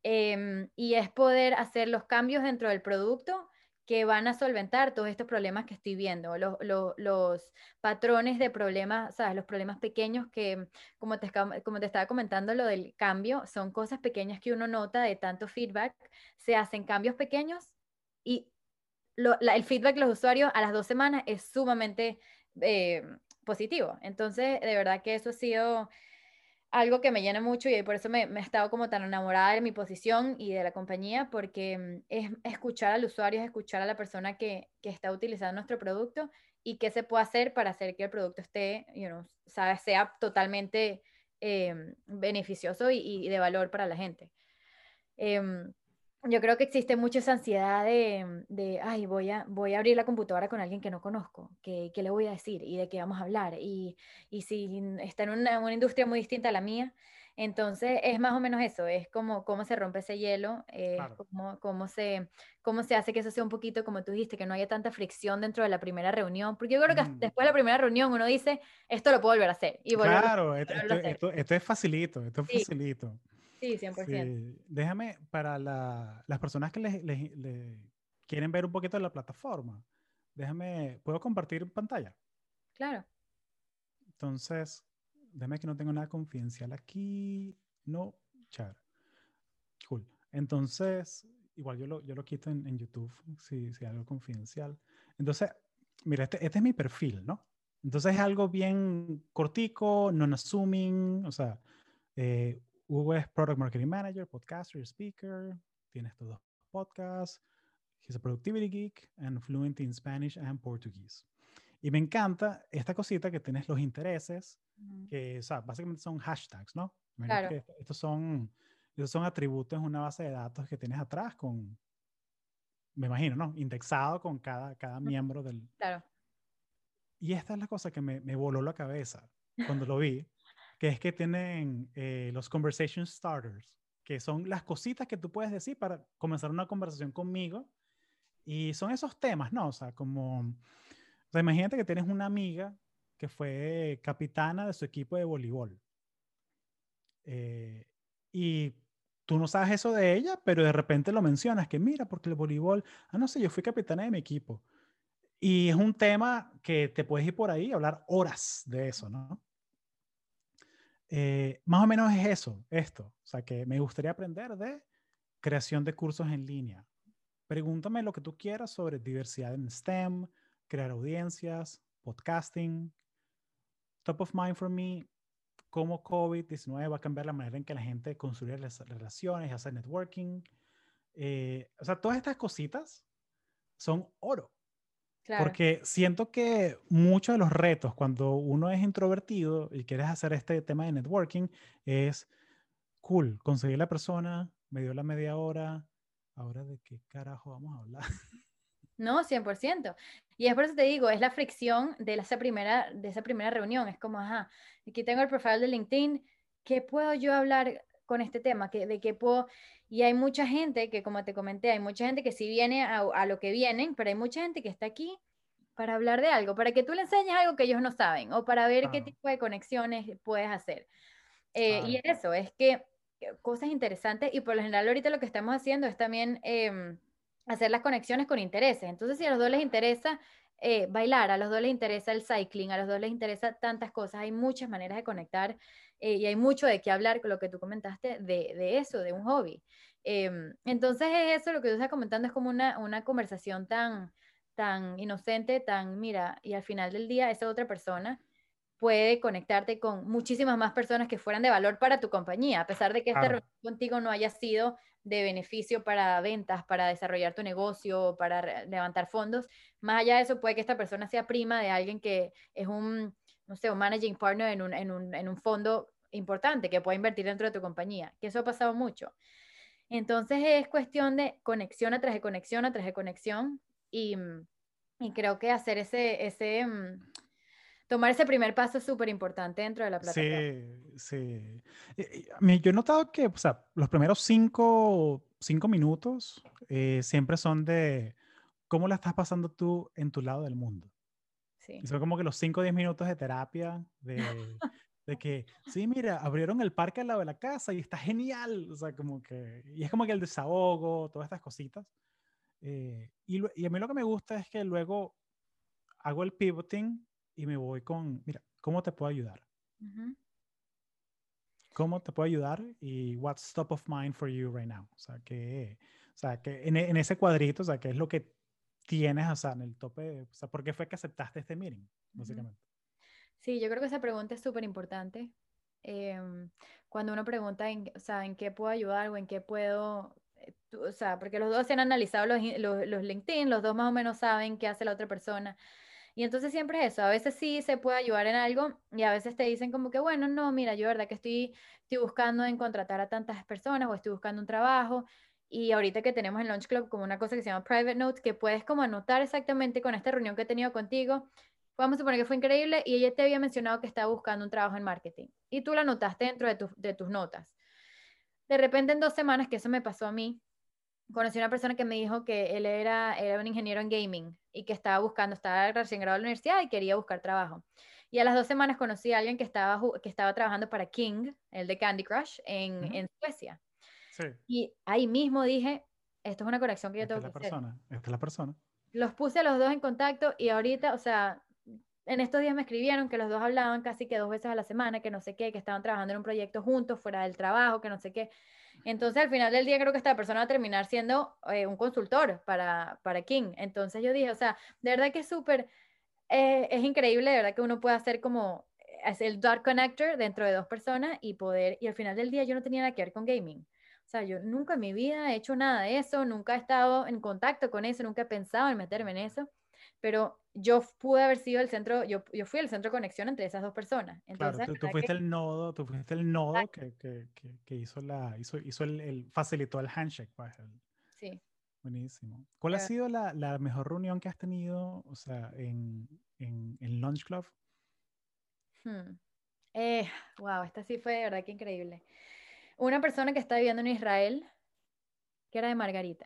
em, y es poder hacer los cambios dentro del producto que van a solventar todos estos problemas que estoy viendo, los, los, los patrones de problemas, ¿sabes? Los problemas pequeños que, como te, esca- como te estaba comentando, lo del cambio, son cosas pequeñas que uno nota de tanto feedback, se hacen cambios pequeños y lo- la- el feedback de los usuarios a las dos semanas es sumamente eh, positivo. Entonces, de verdad que eso ha sido algo que me llena mucho y por eso me, me he estado como tan enamorada de mi posición y de la compañía, porque mm, es escuchar al usuario, es escuchar a la persona que, que está utilizando nuestro producto y qué se puede hacer para hacer que el producto esté, you know, sabe, sea totalmente eh, beneficioso y, y de valor para la gente. Em, yo creo que existe mucha esa ansiedad de, de, ay, voy a, voy a abrir la computadora con alguien que no conozco, ¿qué, qué le voy a decir y de qué vamos a hablar? Y, y si está en una, una industria muy distinta a la mía, entonces es más o menos eso, es como cómo se rompe ese hielo, es Claro. cómo, cómo se, cómo se hace que eso sea un poquito, como tú dijiste, que no haya tanta fricción dentro de la primera reunión, porque yo creo que hasta Mm, después de la primera reunión uno dice, esto lo puedo volver a hacer y volverlo, a hacer, claro, y esto, volverlo esto, a hacer. esto, esto es facilito, esto es Sí, facilito. sí, cien por ciento. Sí, déjame para la- las personas que les, les- le quieren ver un poquito de la plataforma, déjame, ¿puedo compartir pantalla? Claro. Entonces, déjame que no tengo nada confidencial aquí. No, chat. Cool. Entonces, igual yo lo, yo lo quito en, en YouTube si, si hay algo confidencial. Entonces, mira, este, este es mi perfil, ¿no? Entonces es algo bien cortico, non-assuming, o sea, eh, Hugo es Product Marketing Manager, podcaster, speaker, tiene estos dos podcasts, he's a productivity geek and fluent in Spanish and Portuguese. Y me encanta esta cosita que tienes los intereses, Ujú. que, o sea, básicamente son hashtags, ¿no? Imagínate Claro, que estos son, estos son atributos en una base de datos que tienes atrás con, me imagino, ¿no? Indexado con cada, cada ujú, miembro del... claro. Y esta es la cosa que me, me voló la cabeza cuando lo vi, que es que tienen eh, los conversation starters, que son las cositas que tú puedes decir para comenzar una conversación conmigo. Y son esos temas, ¿no? O sea, como, o sea, imagínate que tienes una amiga que fue capitana de su equipo de voleibol. eh, y tú no sabes eso de ella, pero de repente lo mencionas, que mira, porque el voleibol, ah, no sé, yo fui capitana de mi equipo. Y es un tema que te puedes ir por ahí y hablar horas de eso, ¿no? Eh, más o menos es eso, esto. O sea, que me gustaría aprender de creación de cursos en línea. Pregúntame lo que tú quieras sobre diversidad en STEM, crear audiencias, podcasting. Top of mind for me, cómo covid diecinueve va a cambiar la manera en que la gente construye las relaciones y hace networking. Eh, o sea, todas estas cositas son oro. Claro. Porque siento que muchos de los retos cuando uno es introvertido y quieres hacer este tema de networking es cool, conseguir la persona, me dio la media hora, ahora de qué carajo vamos a hablar. No, cien por ciento. Y es por eso te digo, es la fricción de esa primera, de esa primera reunión. Es como, ajá, aquí tengo el perfil de LinkedIn, ¿qué puedo yo hablar con este tema? ¿Qué- ¿De qué puedo? Y hay mucha gente que, como te comenté, hay mucha gente que sí viene a, a lo que vienen, pero hay mucha gente que está aquí para hablar de algo, para que tú le enseñes algo que ellos no saben o para ver qué Claro, tipo de conexiones puedes hacer. Eh, y claro, eso, es que eh, cosas interesantes y por lo general ahorita lo que estamos haciendo es también em, hacer las conexiones con intereses. Entonces, si a los dos les interesa eh, bailar, a los dos les interesa el cycling, a los dos les interesa tantas cosas, hay muchas maneras de conectar eh, y hay mucho de qué hablar con lo que tú comentaste de, de eso, de un hobby. Em, entonces, es eso lo que tú estás comentando, es como una, una conversación tan, tan inocente, tan, mira, y al final del día esa otra persona puede conectarte con muchísimas más personas que fueran de valor para tu compañía, a pesar de que esta claro, reunión contigo no haya sido de beneficio para ventas, para desarrollar tu negocio, para levantar fondos. Más allá de eso, puede que esta persona sea prima de alguien que es un, no sé, un managing partner en un, en un, en un fondo importante que puede invertir dentro de tu compañía, que eso ha pasado mucho. Entonces es cuestión de conexión a través de conexión a través de conexión y, y creo que hacer ese, ese, mm, tomar ese primer paso es súper importante dentro de la plataforma. sí, sí. Y- y a mí- Yo he notado que, o sea, los primeros cinco, cinco minutos eh, siempre son de cómo la estás pasando tú en tu lado del mundo. Y Sí. son como que los cinco o diez minutos de terapia, de, de que, sí, mira, abrieron el parque al lado de la casa y está genial. O sea, como que, y es como que el desahogo, todas estas cositas. Eh, y, lue- y a mí lo que me gusta es que luego hago el pivoting y me voy con, mira, ¿cómo te puedo ayudar? Ujú. ¿Cómo te puedo ayudar? Y what's top of mind for you right now? O sea, que, o sea, que en, e- en ese cuadrito, o sea, ¿qué es lo que tienes, o sea, en el tope? O sea, ¿por qué fue que aceptaste este meeting, Ujú. básicamente? Sí, yo creo que esa pregunta es súper importante. Em, Cuando uno pregunta en, o sea, en qué puedo ayudar o en qué puedo, eh, tú- o sea, porque los dos se han analizado los, in- los, los LinkedIn, los dos más o menos saben qué hace la otra persona. Y entonces siempre es eso, a veces sí se puede ayudar en algo y a veces te dicen como que, bueno, no, mira, yo verdad que estoy, estoy buscando en contratar a tantas personas o estoy buscando un trabajo. Y ahorita que tenemos en Launch Club como una cosa que se llama Private Notes, que puedes como anotar exactamente con esta reunión que he tenido contigo, vamos a suponer que fue increíble y ella te había mencionado que estaba buscando un trabajo en marketing y tú la anotaste dentro de, tu, de tus notas. De repente en dos semanas, que eso me pasó a mí, conocí a una persona que me dijo que él era, era un ingeniero en gaming y que estaba buscando, estaba recién graduado de la universidad y quería buscar trabajo. Y a las dos semanas conocí a alguien que estaba, que estaba trabajando para King, el de Candy Crush, en, Ujú. en Suecia. Sí, Y ahí mismo dije, esto es una conexión que yo esta tengo es que la hacer. persona, esta es la persona. Los puse a los dos en contacto y ahorita, o sea, en estos días me escribieron que los dos hablaban casi que dos veces a la semana, que no sé qué, que estaban trabajando en un proyecto juntos, fuera del trabajo, que no sé qué. Entonces, al final del día, creo que esta persona va a terminar siendo eh, un consultor para, para King. Entonces, yo dije, o sea, de verdad que es súper, eh, es increíble, de verdad que uno puede hacer como, hacer el dot connector dentro de dos personas y poder, y al final del día yo no tenía nada que ver con gaming. O sea, yo nunca en mi vida he hecho nada de eso, nunca he estado en contacto con eso, nunca he pensado en meterme en eso, pero yo pude haber sido el centro, yo, yo fui el centro de conexión entre esas dos personas. Claro, Entonces, tú, la tú verdad que fuiste el nodo, tú fuiste el nodo que, que, que, que hizo la, hizo, hizo el, el- facilitó el handshake, pues, el- sí, buenísimo. ¿Cuál de ha verdad. sido la, la mejor reunión que has tenido, o sea, en, en, en Lunch Club? Hmm. Eh, wow, esta sí fue de verdad que increíble. Una persona que está viviendo en Israel, que era de Margarita.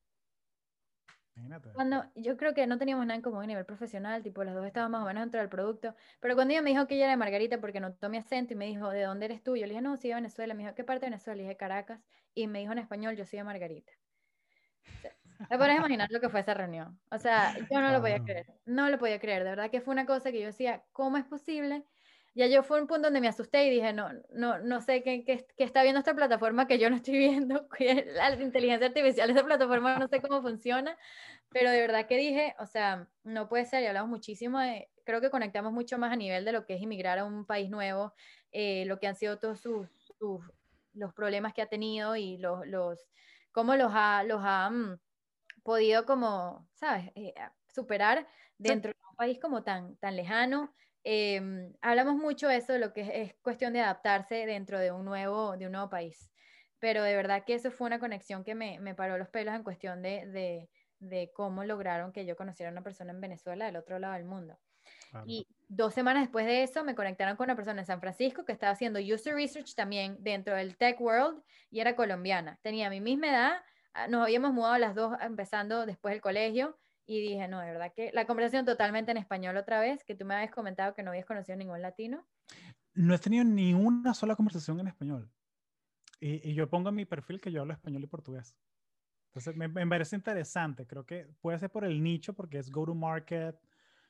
Imagínate. Cuando yo creo que no teníamos nada en común a nivel profesional, tipo, los dos estábamos más o menos dentro del producto, pero cuando ella me dijo que ella era de Margarita porque notó mi acento y me dijo, ¿de dónde eres tú? Yo le dije, no, soy de Venezuela. Me dijo, ¿qué parte de Venezuela? Le dije, Caracas. Y me dijo en español, yo soy de Margarita. Te podrás imaginar lo que fue esa reunión. O sea, yo no lo podía Claro. creer, no lo podía creer. De verdad que fue una cosa que yo decía, ¿cómo es posible? Ya yo fue un punto donde me asusté y dije, no, no, no sé qué, qué, qué está viendo esta plataforma que yo no estoy viendo. Que la inteligencia artificial de esta plataforma no sé cómo funciona, pero de verdad que dije, o sea, no puede ser. Y hablamos muchísimo de, creo que conectamos mucho más a nivel de lo que es inmigrar a un país nuevo, eh, lo que han sido todos sus, sus, los problemas que ha tenido y los, los cómo los ha, los ha mm, podido como, ¿sabes? Eh, superar Sí, dentro de un país como tan, tan lejano. Eh, hablamos mucho de eso, de lo que es, es cuestión de adaptarse dentro de un nuevo, de un nuevo país. Pero de verdad que eso fue una conexión que me, me paró los pelos en cuestión de, de, de cómo lograron que yo conociera a una persona en Venezuela del otro lado del mundo. claro. Y dos semanas después de eso me conectaron con una persona en San Francisco que estaba haciendo user research también dentro del tech world y era colombiana. Tenía mi misma edad, ah, nos habíamos mudado las dos empezando después del colegio y dije, no, de verdad que la conversación totalmente en español otra vez, que tú me habías comentado que no habías conocido ningún latino. No he tenido ni una sola conversación en español. Y, y yo pongo en mi perfil que yo hablo español y portugués. Entonces, me, me parece interesante. Creo que puede ser por el nicho, porque es go to market.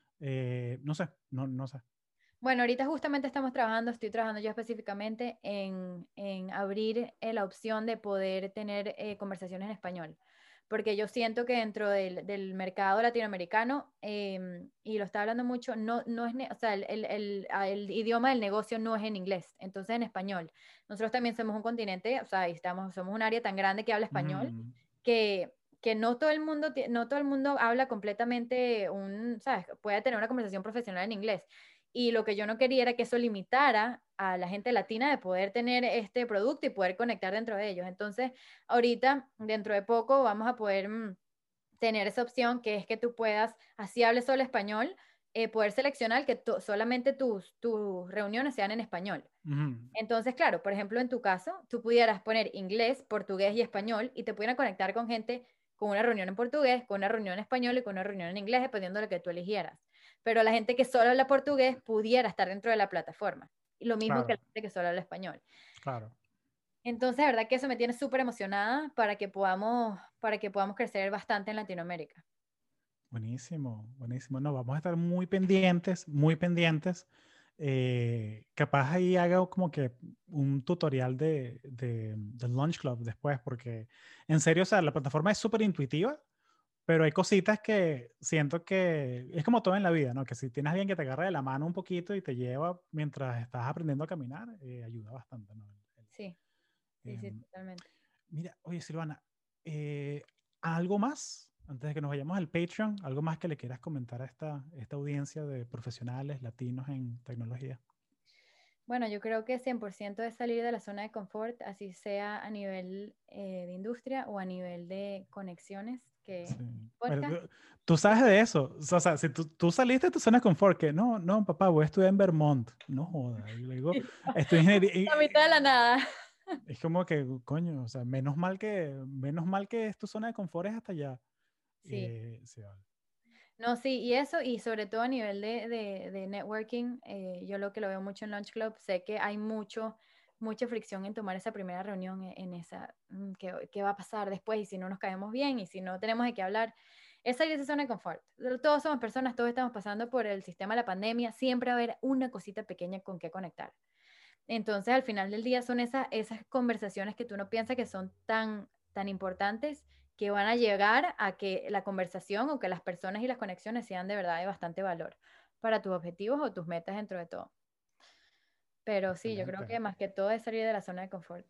Eh, no sé, no, no sé. Bueno, ahorita justamente estamos trabajando, estoy trabajando yo específicamente en, en abrir eh, la opción de poder tener eh, conversaciones en español, porque yo siento que dentro del, del mercado latinoamericano, em, y lo está hablando mucho, no, no es, ne- o sea, el, el, el- ah, el idioma del negocio no es en inglés, entonces en español. Nosotros también somos un continente, o sea, y estamos, somos un área tan grande que habla español, Ujú. que que no todo el mundo, ti- no todo el mundo habla completamente un, ¿sabes? Puede tener una conversación profesional en inglés. Y lo que yo no quería era que eso limitara a la gente latina de poder tener este producto y poder conectar dentro de ellos. Entonces, ahorita, dentro de poco, vamos a poder mm, tener esa opción que es que tú puedas, así hables solo español, eh, poder seleccionar que to- solamente tus, tus reuniones sean en español. Ujú. Entonces, claro, por ejemplo, en tu caso, tú pudieras poner inglés, portugués y español y te pudieran conectar con gente con una reunión en portugués, con una reunión en español y con una reunión en inglés, dependiendo de lo que tú eligieras. Pero la gente que solo habla portugués pudiera estar dentro de la plataforma. Y lo mismo que Claro, la gente que solo habla español. claro. Entonces, de verdad que eso me tiene súper emocionada para que podamos, para que podamos crecer bastante en Latinoamérica. Buenísimo, buenísimo. No, vamos a estar muy pendientes, muy pendientes. Eh, capaz ahí haga como que un tutorial de, de, del Lunch Club después, porque en serio, o sea, la plataforma es súper intuitiva, pero hay cositas que siento que es como todo en la vida, ¿no? Que si tienes alguien que te agarre de la mano un poquito y te lleva mientras estás aprendiendo a caminar, eh, ayuda bastante, ¿no? El- Sí, el- sí, sí, em, totalmente. Mira, oye Silvana, eh, ¿algo más antes de que nos vayamos al Patreon? ¿Algo más que le quieras comentar a esta, esta audiencia de profesionales latinos en tecnología? Bueno, yo creo que cien por ciento es salir de la zona de confort, así sea a nivel eh, de industria o a nivel de conexiones, Sí. que Bueno, podcast. tú, tú sabes de eso. O sea, si tú, tú saliste de tu zona de confort, que no, no, papá, voy a estudiar en Vermont. No joda. Y luego estudié ingeniería. y- La mitad de la nada. Es como que, coño, o sea, menos mal que, menos mal que es tu zona de confort es hasta allá. Sí, Eh, sí, vale. no, sí, y eso, y sobre todo a nivel de, de, de networking, eh, yo lo que lo veo mucho en Lunch Club, sé que hay mucho, mucha fricción en tomar esa primera reunión, en, en esa, mm, ¿qué, qué va a pasar después? Y si no nos caemos bien, y si no tenemos de qué hablar, esa es esa zona de confort. Todos somos personas, todos estamos pasando por el sistema de la pandemia, siempre va a haber una cosita pequeña con que conectar. Entonces, al final del día son esas, esas conversaciones que tú no piensas que son tan, tan importantes que van a llegar a que la conversación o que las personas y las conexiones sean de verdad de bastante valor para tus objetivos o tus metas dentro de todo. Pero sí, yo creo Excelente. que más que todo es salir de la zona de confort.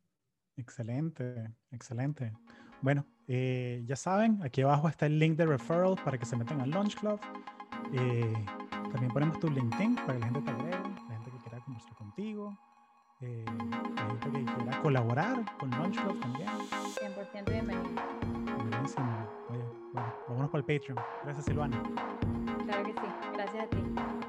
Excelente, excelente. Bueno, eh, ya saben, aquí abajo está el link de referral para que se metan al Launch Club. Eh, también ponemos tu LinkedIn para que la gente te agregue, la gente que quiera conversar contigo, eh, la gente que quiera colaborar con Launch Club también. cien por ciento bienvenido. Buenísimo. Oye, bueno, vámonos para el Patreon. Gracias, Silvana. Claro que sí. Gracias a ti.